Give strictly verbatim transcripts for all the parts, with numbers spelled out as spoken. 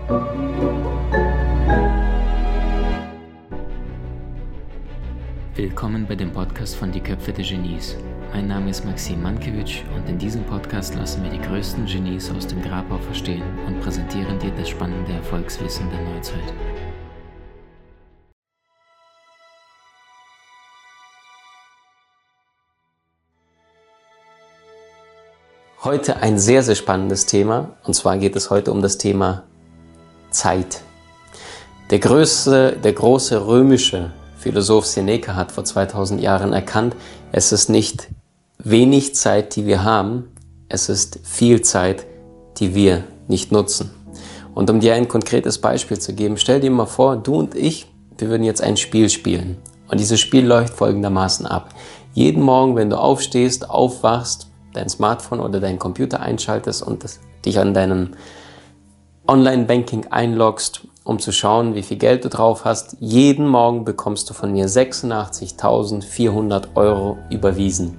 Willkommen bei dem Podcast von Die Köpfe der Genies. Mein Name ist Maxim Mankewitsch und in diesem Podcast lassen wir die größten Genies aus dem Grabau verstehen und präsentieren dir das spannende Erfolgswissen der Neuzeit. Heute ein sehr, sehr spannendes Thema, und zwar geht es heute um das Thema Zeit. Der größte, der große römische Philosoph Seneca hat vor zweitausend Jahren erkannt, es ist nicht wenig Zeit, die wir haben, es ist viel Zeit, die wir nicht nutzen. Und um dir ein konkretes Beispiel zu geben, stell dir mal vor, du und ich, wir würden jetzt ein Spiel spielen. Und dieses Spiel läuft folgendermaßen ab. Jeden Morgen, wenn du aufstehst, aufwachst, dein Smartphone oder deinen Computer einschaltest und das, dich an deinem Online-Banking einloggst, um zu schauen, wie viel Geld du drauf hast. Jeden Morgen bekommst du von mir sechsundachtzigtausendvierhundert Euro überwiesen.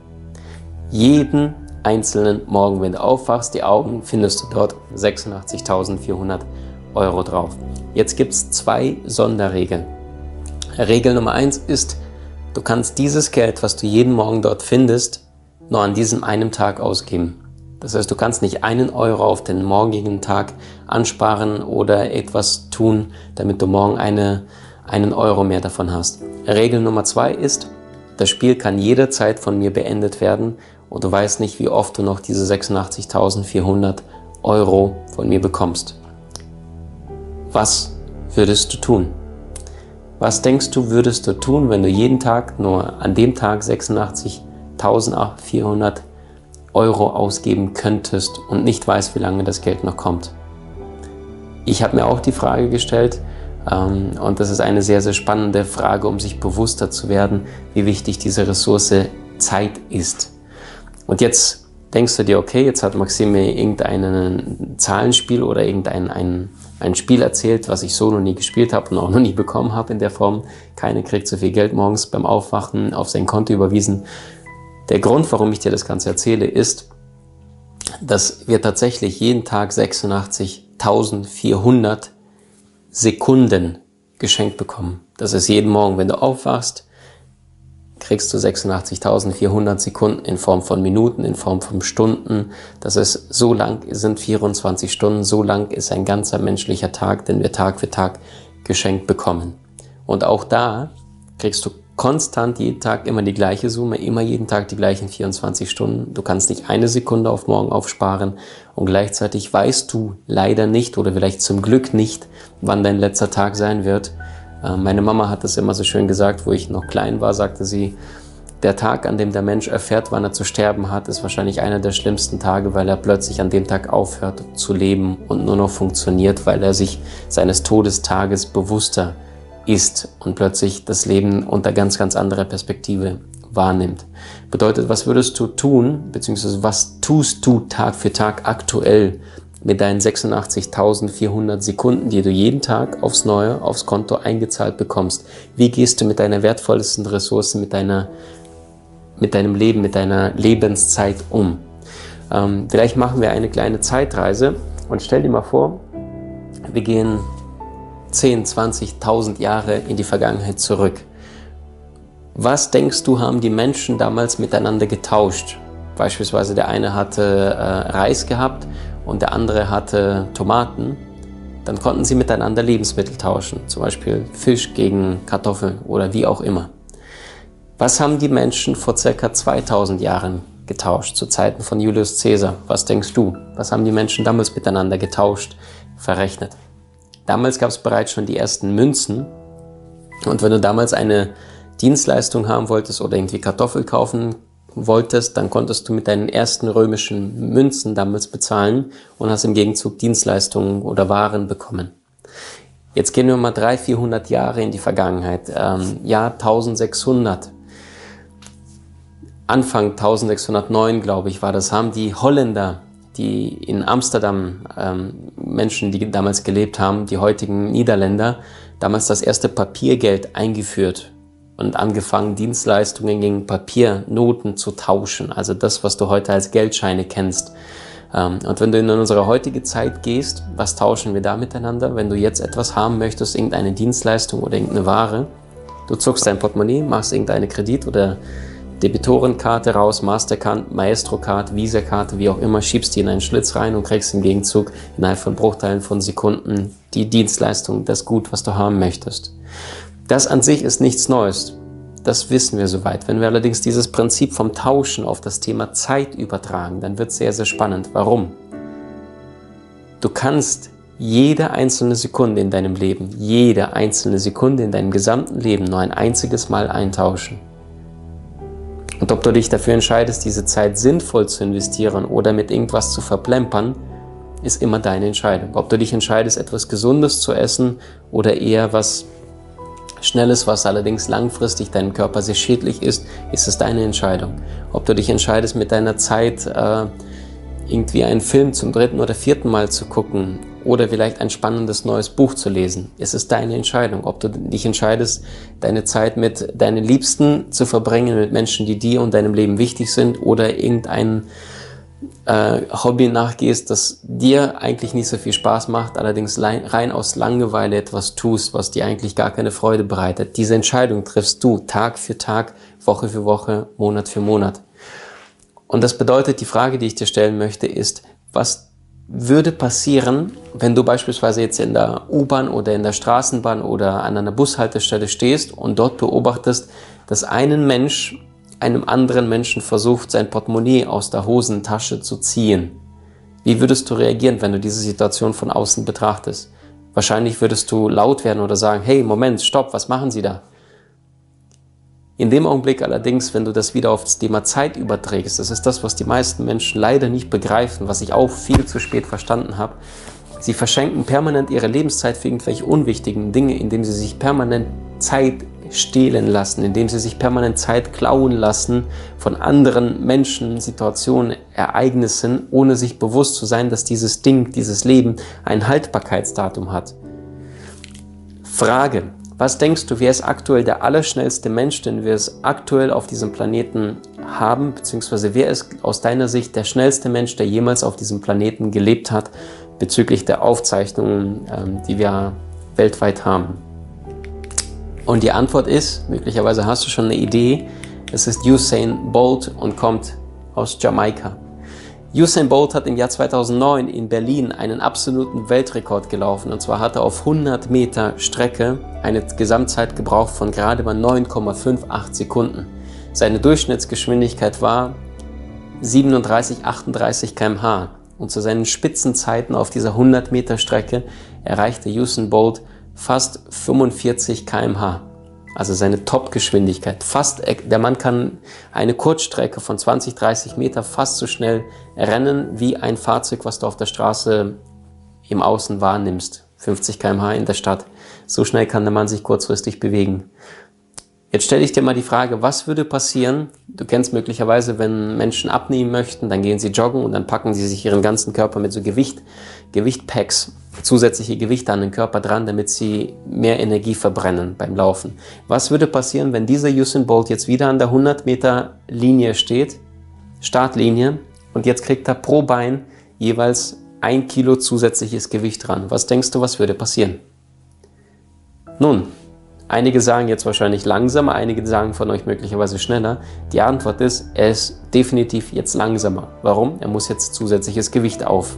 Jeden einzelnen Morgen, wenn du aufwachst, die Augen, findest du dort sechsundachtzigtausendvierhundert Euro drauf. Jetzt gibt es zwei Sonderregeln. Regel Nummer eins ist, du kannst dieses Geld, was du jeden Morgen dort findest, nur an diesem einen Tag ausgeben. Das heißt, du kannst nicht einen Euro auf den morgigen Tag ansparen oder etwas tun, damit du morgen eine, einen Euro mehr davon hast. Regel Nummer zwei ist, das Spiel kann jederzeit von mir beendet werden und du weißt nicht, wie oft du noch diese sechsundachtzigtausendvierhundert Euro von mir bekommst. Was würdest du tun? Was denkst du, würdest du tun, wenn du jeden Tag nur an dem Tag sechsundachtzigtausendvierhundert Euro ausgeben könntest und nicht weißt, wie lange das Geld noch kommt? Ich habe mir auch die Frage gestellt, ähm, und das ist eine sehr, sehr spannende Frage, um sich bewusster zu werden, wie wichtig diese Ressource Zeit ist. Und jetzt denkst du dir, okay, jetzt hat Maxim mir irgendein Zahlenspiel oder irgendein ein, ein Spiel erzählt, was ich so noch nie gespielt habe und auch noch nie bekommen habe in der Form. Keiner kriegt so viel Geld morgens beim Aufwachen auf sein Konto überwiesen. Der Grund, warum ich dir das Ganze erzähle, ist, dass wir tatsächlich jeden Tag sechsundachtzigtausendvierhundert Sekunden geschenkt bekommen. Das ist jeden Morgen, wenn du aufwachst, kriegst du sechsundachtzigtausendvierhundert Sekunden in Form von Minuten, in Form von Stunden. Das ist so lang, sind vierundzwanzig Stunden, so lang ist ein ganzer menschlicher Tag, den wir Tag für Tag geschenkt bekommen. Und auch da kriegst du konstant jeden Tag immer die gleiche Summe, immer jeden Tag die gleichen vierundzwanzig Stunden. Du kannst nicht eine Sekunde auf morgen aufsparen und gleichzeitig weißt du leider nicht oder vielleicht zum Glück nicht, wann dein letzter Tag sein wird. Meine Mama hat das immer so schön gesagt, wo ich noch klein war, sagte sie, der Tag, an dem der Mensch erfährt, wann er zu sterben hat, ist wahrscheinlich einer der schlimmsten Tage, weil er plötzlich an dem Tag aufhört zu leben und nur noch funktioniert, weil er sich seines Todestages bewusster ist und plötzlich das Leben unter ganz, ganz anderer Perspektive wahrnimmt. Bedeutet, was würdest du tun, beziehungsweise was tust du Tag für Tag aktuell mit deinen sechsundachtzigtausendvierhundert Sekunden, die du jeden Tag aufs Neue, aufs Konto eingezahlt bekommst? Wie gehst du mit deiner wertvollsten Ressource, mit deiner, mit deinem Leben, mit deiner Lebenszeit um? Ähm, vielleicht machen wir eine kleine Zeitreise und stell dir mal vor, wir gehen zehn, zwanzigtausend Jahre in die Vergangenheit zurück. Was denkst du, haben die Menschen damals miteinander getauscht? Beispielsweise der eine hatte äh, Reis gehabt und der andere hatte Tomaten. Dann konnten sie miteinander Lebensmittel tauschen, zum Beispiel Fisch gegen Kartoffeln oder wie auch immer. Was haben die Menschen vor ca. zweitausend Jahren getauscht, zu Zeiten von Julius Caesar? Was denkst du? Was haben die Menschen damals miteinander getauscht, verrechnet? Damals gab es bereits schon die ersten Münzen und wenn du damals eine Dienstleistung haben wolltest oder irgendwie Kartoffel kaufen wolltest, dann konntest du mit deinen ersten römischen Münzen damals bezahlen und hast im Gegenzug Dienstleistungen oder Waren bekommen. Jetzt gehen wir mal dreihundert, vierhundert Jahre in die Vergangenheit, ähm, Jahr eintausendsechshundert. Anfang eintausendsechshundertneun, glaube ich, war das, haben die Holländer, die in Amsterdam, ähm, Menschen, die damals gelebt haben, die heutigen Niederländer, damals das erste Papiergeld eingeführt und angefangen, Dienstleistungen gegen Papiernoten zu tauschen. Also das, was du heute als Geldscheine kennst. Und wenn du in unsere heutige Zeit gehst, was tauschen wir da miteinander? Wenn du jetzt etwas haben möchtest, irgendeine Dienstleistung oder irgendeine Ware, du zuckst dein Portemonnaie, machst irgendeine Kredit- oder Debitorenkarte raus, Mastercard, Maestro-Card, Visa-Karte, wie auch immer, schiebst die in einen Schlitz rein und kriegst im Gegenzug innerhalb von Bruchteilen von Sekunden die Dienstleistung, das Gut, was du haben möchtest. Das an sich ist nichts Neues. Das wissen wir soweit. Wenn wir allerdings dieses Prinzip vom Tauschen auf das Thema Zeit übertragen, dann wird es sehr, sehr spannend. Warum? Du kannst jede einzelne Sekunde in deinem Leben, jede einzelne Sekunde in deinem gesamten Leben nur ein einziges Mal eintauschen. Und ob du dich dafür entscheidest, diese Zeit sinnvoll zu investieren oder mit irgendwas zu verplempern, ist immer deine Entscheidung. Ob du dich entscheidest, etwas Gesundes zu essen oder eher was Schnelles, was allerdings langfristig deinem Körper sehr schädlich ist, ist es deine Entscheidung. Ob du dich entscheidest, mit deiner Zeit äh, irgendwie einen Film zum dritten oder vierten Mal zu gucken oder vielleicht ein spannendes neues Buch zu lesen, ist es deine Entscheidung. Ob du dich entscheidest, deine Zeit mit deinen Liebsten zu verbringen, mit Menschen, die dir und deinem Leben wichtig sind, oder irgendein äh, Hobby nachgehst, das dir eigentlich nicht so viel Spaß macht, allerdings rein aus Langeweile etwas tust, was dir eigentlich gar keine Freude bereitet. Diese Entscheidung triffst du Tag für Tag, Woche für Woche, Monat für Monat. Und das bedeutet, die Frage, die ich dir stellen möchte, ist, was würde passieren, wenn du beispielsweise jetzt in der U-Bahn oder in der Straßenbahn oder an einer Bushaltestelle stehst und dort beobachtest, dass ein Mensch einem anderen Menschen versucht, sein Portemonnaie aus der Hosentasche zu ziehen. Wie würdest du reagieren, wenn du diese Situation von außen betrachtest? Wahrscheinlich würdest du laut werden oder sagen, hey, Moment, stopp, was machen Sie da? In dem Augenblick allerdings, wenn du das wieder auf das Thema Zeit überträgst, das ist das, was die meisten Menschen leider nicht begreifen, was ich auch viel zu spät verstanden habe. Sie verschenken permanent ihre Lebenszeit für irgendwelche unwichtigen Dinge, indem sie sich permanent Zeit stehlen lassen, indem sie sich permanent Zeit klauen lassen von anderen Menschen, Situationen, Ereignissen, ohne sich bewusst zu sein, dass dieses Ding, dieses Leben ein Haltbarkeitsdatum hat. Frage: Was denkst du, wer ist aktuell der allerschnellste Mensch, den wir es aktuell auf diesem Planeten haben, beziehungsweise wer ist aus deiner Sicht der schnellste Mensch, der jemals auf diesem Planeten gelebt hat, bezüglich der Aufzeichnungen, ähm, die wir weltweit haben? Und die Antwort ist, möglicherweise hast du schon eine Idee, es ist Usain Bolt und kommt aus Jamaika. Usain Bolt hat im Jahr zweitausendneun in Berlin einen absoluten Weltrekord gelaufen, und zwar hat er auf hundert Meter Strecke eine Gesamtzeit gebraucht von gerade mal neun Komma achtundfünfzig Sekunden. Seine Durchschnittsgeschwindigkeit war siebenunddreißig, achtunddreißig Kilometer pro Stunde und zu seinen Spitzenzeiten auf dieser hundert Meter Strecke erreichte Usain Bolt fast fünfundvierzig Kilometer pro Stunde. Also seine Top-Geschwindigkeit. Fast, der Mann kann eine Kurzstrecke von zwanzig, dreißig Meter fast so schnell rennen wie ein Fahrzeug, was du auf der Straße im Außen wahrnimmst. fünfzig Kilometer pro Stunde in der Stadt. So schnell kann der Mann sich kurzfristig bewegen. Jetzt stelle ich dir mal die Frage, was würde passieren? Du kennst möglicherweise, wenn Menschen abnehmen möchten, dann gehen sie joggen und dann packen sie sich ihren ganzen Körper mit so Gewicht, Gewichtpacks, zusätzliche Gewichte an den Körper dran, damit sie mehr Energie verbrennen beim Laufen. Was würde passieren, wenn dieser Usain Bolt jetzt wieder an der hundert Meter Linie steht, Startlinie, und jetzt kriegt er pro Bein jeweils ein Kilo zusätzliches Gewicht dran? Was denkst du, was würde passieren? Nun, einige sagen jetzt wahrscheinlich langsamer, einige sagen von euch möglicherweise schneller. Die Antwort ist, er ist definitiv jetzt langsamer. Warum? Er muss jetzt zusätzliches Gewicht auf,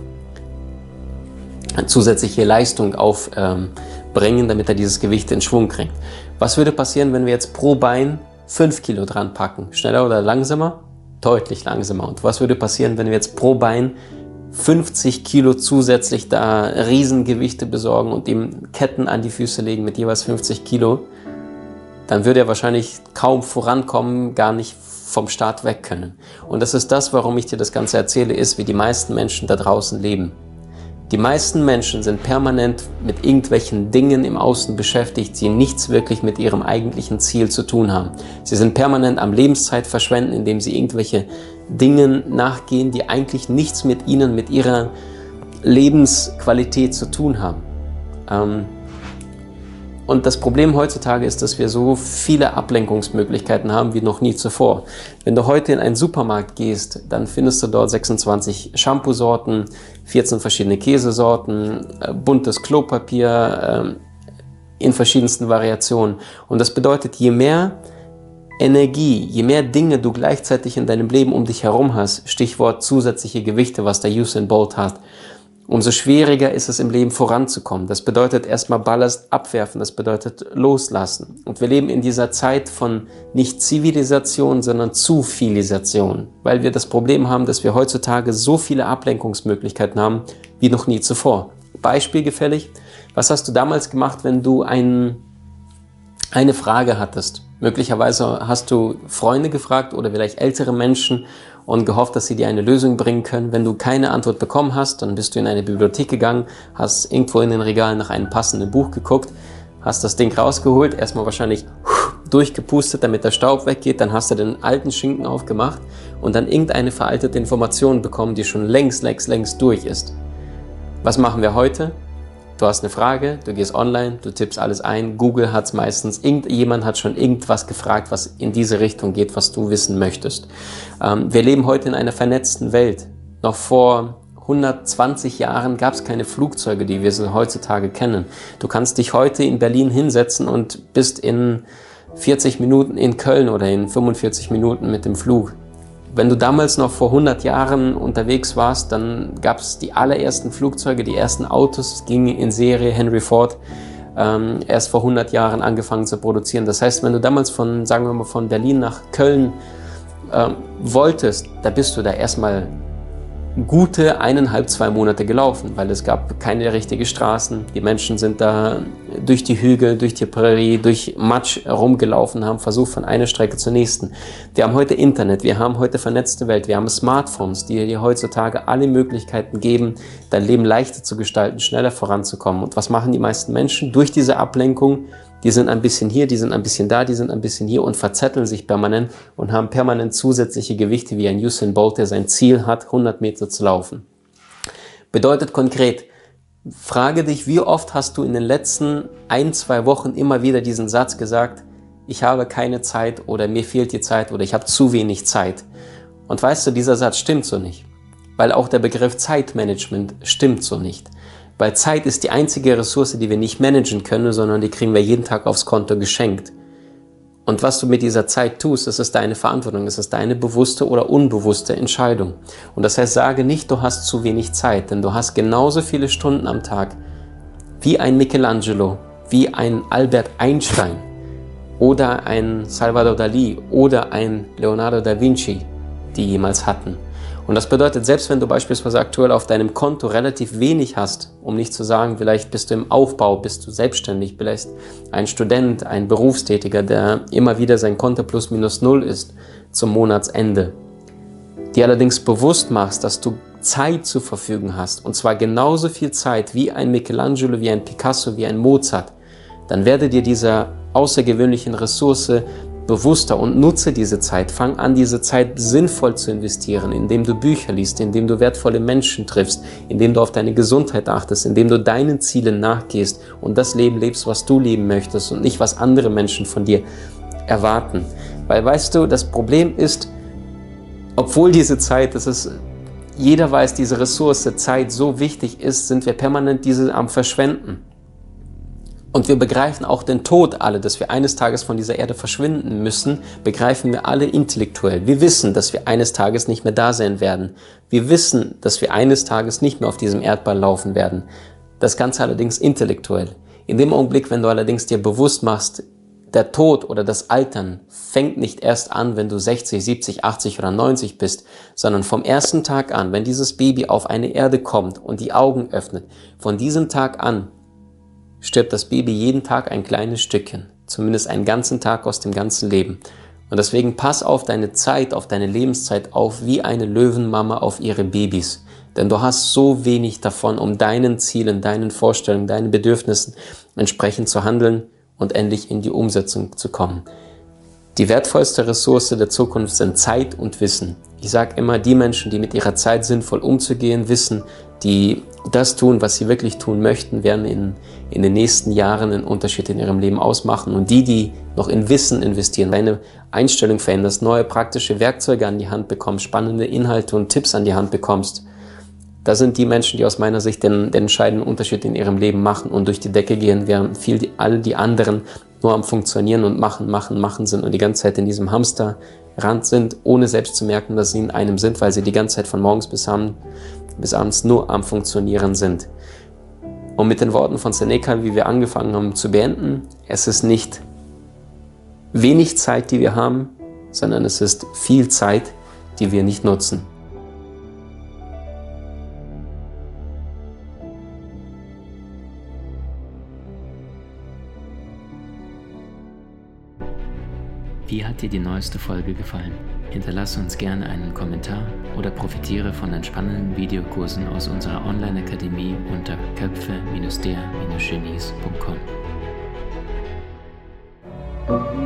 zusätzliche Leistung aufbringen, ähm, damit er dieses Gewicht in Schwung kriegt. Was würde passieren, wenn wir jetzt pro Bein fünf Kilo dran packen? Schneller oder langsamer? Deutlich langsamer. Und was würde passieren, wenn wir jetzt pro Bein fünfzig Kilo zusätzlich da Riesengewichte besorgen und ihm Ketten an die Füße legen mit jeweils fünfzig Kilo? Dann würde er wahrscheinlich kaum vorankommen, gar nicht vom Start weg können. Und das ist das, warum ich dir das Ganze erzähle, ist, wie die meisten Menschen da draußen leben. Die meisten Menschen sind permanent mit irgendwelchen Dingen im Außen beschäftigt, die nichts wirklich mit ihrem eigentlichen Ziel zu tun haben. Sie sind permanent am Lebenszeit verschwenden, indem sie irgendwelche Dinge nachgehen, die eigentlich nichts mit ihnen, mit ihrer Lebensqualität zu tun haben. Ähm, Und das Problem heutzutage ist, dass wir so viele Ablenkungsmöglichkeiten haben wie noch nie zuvor. Wenn du heute in einen Supermarkt gehst, dann findest du dort sechsundzwanzig Shampoo-Sorten, vierzehn verschiedene Käsesorten, buntes Klopapier in verschiedensten Variationen. Und das bedeutet, je mehr Energie, je mehr Dinge du gleichzeitig in deinem Leben um dich herum hast, Stichwort zusätzliche Gewichte, was der Usain Bolt hat, umso schwieriger ist es im Leben voranzukommen. Das bedeutet erstmal Ballast abwerfen, das bedeutet loslassen. Und wir leben in dieser Zeit von nicht Zivilisation, sondern Zufilisation, weil wir das Problem haben, dass wir heutzutage so viele Ablenkungsmöglichkeiten haben wie noch nie zuvor. Beispiel gefällig, was hast du damals gemacht, wenn du ein, eine Frage hattest? Möglicherweise hast du Freunde gefragt oder vielleicht ältere Menschen und gehofft, dass sie dir eine Lösung bringen können. Wenn du keine Antwort bekommen hast, dann bist du in eine Bibliothek gegangen, hast irgendwo in den Regalen nach einem passenden Buch geguckt, hast das Ding rausgeholt, erstmal wahrscheinlich durchgepustet, damit der Staub weggeht, dann hast du den alten Schinken aufgemacht und dann irgendeine veraltete Information bekommen, die schon längst, längst, längst durch ist. Was machen wir heute? Du hast eine Frage, du gehst online, du tippst alles ein, Google hat es meistens, irgendjemand hat schon irgendwas gefragt, was in diese Richtung geht, was du wissen möchtest. Ähm, wir leben heute in einer vernetzten Welt. Noch vor hundertzwanzig Jahren gab es keine Flugzeuge, die wir so heutzutage kennen. Du kannst dich heute in Berlin hinsetzen und bist in vierzig Minuten in Köln oder in fünfundvierzig Minuten mit dem Flug. Wenn du damals noch vor hundert Jahren unterwegs warst, dann gab es die allerersten Flugzeuge, die ersten Autos, es ging in Serie, Henry Ford, ähm, erst vor hundert Jahren angefangen zu produzieren. Das heißt, wenn du damals von, sagen wir mal, von Berlin nach Köln ähm, wolltest, da bist du da erstmal gute eineinhalb, zwei Monate gelaufen, weil es gab keine richtigen Straßen. Die Menschen sind da durch die Hügel, durch die Prärie, durch Matsch rumgelaufen, haben versucht von einer Strecke zur nächsten. Wir haben heute Internet, wir haben heute vernetzte Welt, wir haben Smartphones, die dir heutzutage alle Möglichkeiten geben, dein Leben leichter zu gestalten, schneller voranzukommen. Und was machen die meisten Menschen? Durch diese Ablenkung, die sind ein bisschen hier, die sind ein bisschen da, die sind ein bisschen hier und verzetteln sich permanent und haben permanent zusätzliche Gewichte wie ein Usain Bolt, der sein Ziel hat, hundert Meter zu laufen. Bedeutet konkret, frage dich, wie oft hast du in den letzten ein, zwei Wochen immer wieder diesen Satz gesagt, ich habe keine Zeit oder mir fehlt die Zeit oder ich habe zu wenig Zeit. Und weißt du, dieser Satz stimmt so nicht, weil auch der Begriff Zeitmanagement stimmt so nicht. Weil Zeit ist die einzige Ressource, die wir nicht managen können, sondern die kriegen wir jeden Tag aufs Konto geschenkt. Und was du mit dieser Zeit tust, das ist deine Verantwortung, das ist deine bewusste oder unbewusste Entscheidung. Und das heißt, sage nicht, du hast zu wenig Zeit, denn du hast genauso viele Stunden am Tag wie ein Michelangelo, wie ein Albert Einstein oder ein Salvador Dalí oder ein Leonardo da Vinci, die jemals hatten. Und das bedeutet, selbst wenn du beispielsweise aktuell auf deinem Konto relativ wenig hast, um nicht zu sagen, vielleicht bist du im Aufbau, bist du selbstständig, vielleicht ein Student, ein Berufstätiger, der immer wieder sein Konto plus minus null ist zum Monatsende, dir allerdings bewusst machst, dass du Zeit zur Verfügung hast, und zwar genauso viel Zeit wie ein Michelangelo, wie ein Picasso, wie ein Mozart, dann werde dir dieser außergewöhnlichen Ressource bewusster und nutze diese Zeit. Fang an, diese Zeit sinnvoll zu investieren, indem du Bücher liest, indem du wertvolle Menschen triffst, indem du auf deine Gesundheit achtest, indem du deinen Zielen nachgehst und das Leben lebst, was du leben möchtest und nicht, was andere Menschen von dir erwarten. Weil, weißt du, das Problem ist, obwohl diese Zeit, das ist, jeder weiß, diese Ressource Zeit so wichtig ist, sind wir permanent diese am Verschwenden. Und wir begreifen auch den Tod alle, dass wir eines Tages von dieser Erde verschwinden müssen, begreifen wir alle intellektuell. Wir wissen, dass wir eines Tages nicht mehr da sein werden. Wir wissen, dass wir eines Tages nicht mehr auf diesem Erdball laufen werden. Das Ganze allerdings intellektuell. In dem Augenblick, wenn du allerdings dir bewusst machst, der Tod oder das Altern fängt nicht erst an, wenn du sechzig, siebzig, achtzig oder neunzig bist, sondern vom ersten Tag an, wenn dieses Baby auf eine Erde kommt und die Augen öffnet, von diesem Tag an stirbt das Baby jeden Tag ein kleines Stückchen, zumindest einen ganzen Tag aus dem ganzen Leben. Und deswegen pass auf deine Zeit, auf deine Lebenszeit auf, wie eine Löwenmama auf ihre Babys. Denn du hast so wenig davon, um deinen Zielen, deinen Vorstellungen, deinen Bedürfnissen entsprechend zu handeln und endlich in die Umsetzung zu kommen. Die wertvollste Ressource der Zukunft sind Zeit und Wissen. Ich sage immer, die Menschen, die mit ihrer Zeit sinnvoll umzugehen wissen, die das tun, was sie wirklich tun möchten, werden in, in den nächsten Jahren einen Unterschied in ihrem Leben ausmachen. Und die, die noch in Wissen investieren, deine Einstellung veränderst, neue praktische Werkzeuge an die Hand bekommst, spannende Inhalte und Tipps an die Hand bekommst, das sind die Menschen, die aus meiner Sicht den, den entscheidenden Unterschied in ihrem Leben machen und durch die Decke gehen, während viel die, all die anderen nur am Funktionieren und machen, machen, machen sind und die ganze Zeit in diesem Hamsterrad sind, ohne selbst zu merken, dass sie in einem sind, weil sie die ganze Zeit von morgens bis abends, bis abends nur am Funktionieren sind. Und mit den Worten von Seneca, wie wir angefangen haben zu beenden, es ist nicht wenig Zeit, die wir haben, sondern es ist viel Zeit, die wir nicht nutzen. Wie hat dir die neueste Folge gefallen? Hinterlasse uns gerne einen Kommentar oder profitiere von den spannenden Videokursen aus unserer Online-Akademie unter köpfe der Genies punkt com.